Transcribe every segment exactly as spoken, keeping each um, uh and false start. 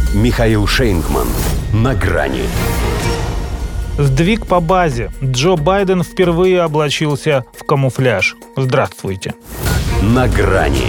Михаил Шейнгман. На грани. Сдвиг по базе. Джо Байден впервые облачился в камуфляж. Здравствуйте. На грани.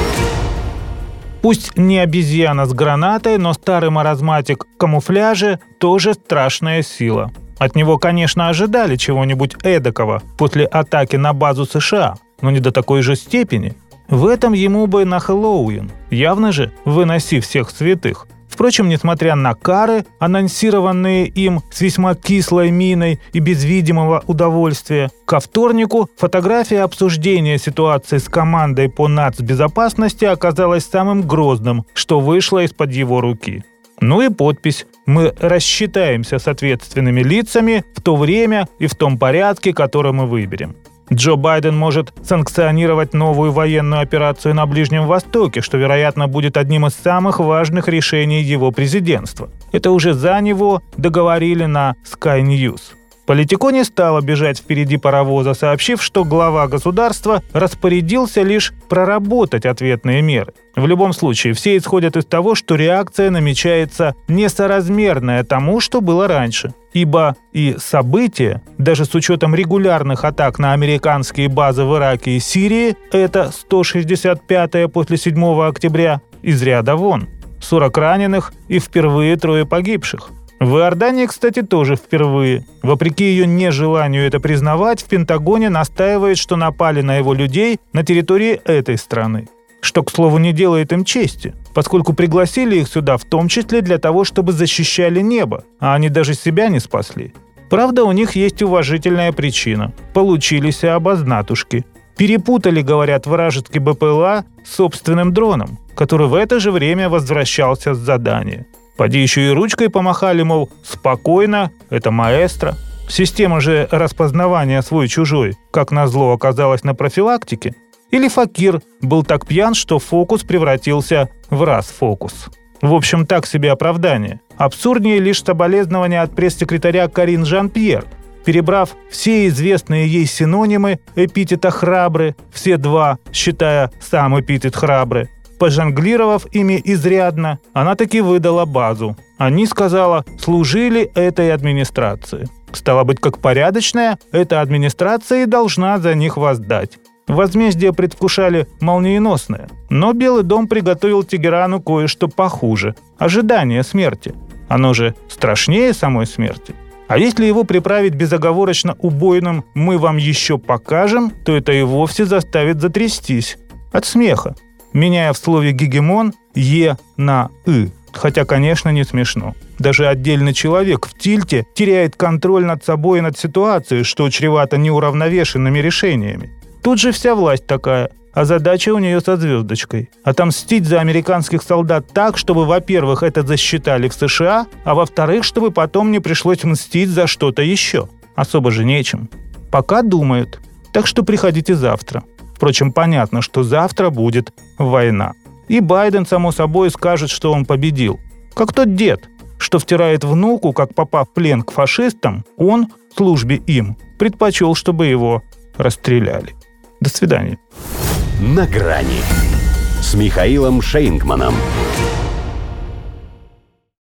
Пусть не обезьяна с гранатой, но старый маразматик в камуфляже тоже страшная сила. От него, конечно, ожидали чего-нибудь эдакого после атаки на базу США, но не до такой же степени. В этом ему бы на Хэллоуин. Явно же выноси всех святых. Впрочем, несмотря на кары, анонсированные им с весьма кислой миной и без видимого удовольствия, ко вторнику фотография обсуждения ситуации с командой по нацбезопасности оказалась самым грозным, что вышло из-под его руки. Ну и подпись: «Мы рассчитаемся с ответственными лицами в то время и в том порядке, который мы выберем». Джо Байден может санкционировать новую военную операцию на Ближнем Востоке, что, вероятно, будет одним из самых важных решений его президентства. Это уже за него договорили на Sky News. Политико не стало бежать впереди паровоза, сообщив, что глава государства распорядился лишь проработать ответные меры. В любом случае, все исходят из того, что реакция намечается несоразмерная тому, что было раньше. Ибо и события, даже с учетом регулярных атак на американские базы в Ираке и Сирии, это сто шестьдесят пятое после седьмого октября, из ряда вон. сорок раненых и впервые трое погибших. В Иордании, кстати, тоже впервые. Вопреки ее нежеланию это признавать, в Пентагоне настаивает, что напали на его людей на территории этой страны. Что, к слову, не делает им чести, поскольку пригласили их сюда в том числе для того, чтобы защищали небо, а они даже себя не спасли. Правда, у них есть уважительная причина. Получились обознатушки. Перепутали, говорят, вражеский БПЛА с собственным дроном, который в это же время возвращался с задания. Поди еще и ручкой помахали, мол, спокойно, это маэстро. Система же распознавания свой-чужой, как назло, оказалась на профилактике. Или факир был так пьян, что фокус превратился в расфокус. В общем, так себе оправдание. Абсурднее лишь соболезнования от пресс-секретаря Карин Жан-Пьер. Перебрав все известные ей синонимы эпитета «храбрый», все два, считая сам эпитет «храбрый», пожонглировав ими изрядно, она таки выдала базу. Они, сказала, служили этой администрации. Стало быть, как порядочная, эта администрация и должна за них воздать. Возмездие предвкушали молниеносное, но Белый дом приготовил Тегерану кое-что похуже – ожидание смерти. Оно же страшнее самой смерти. А если его приправить безоговорочно убойным «мы вам еще покажем», то это и вовсе заставит затрястись от смеха, меняя в слове «гегемон» «е» на «ы». Хотя, конечно, не смешно. Даже отдельный человек в тильте теряет контроль над собой и над ситуацией, что чревато неуравновешенными решениями. Тут же вся власть такая, а задача у нее со звездочкой. Отомстить за американских солдат так, чтобы, во-первых, это засчитали в США, а во-вторых, чтобы потом не пришлось мстить за что-то еще. Особо же нечем. Пока думают. Так что приходите завтра. Впрочем, понятно, что завтра будет война. И Байден, само собой, скажет, что он победил. Как тот дед, что втирает внуку, как попав в плен к фашистам, он, в службе им, предпочел, чтобы его расстреляли. До свидания. На грани с Михаилом Шейнгманом.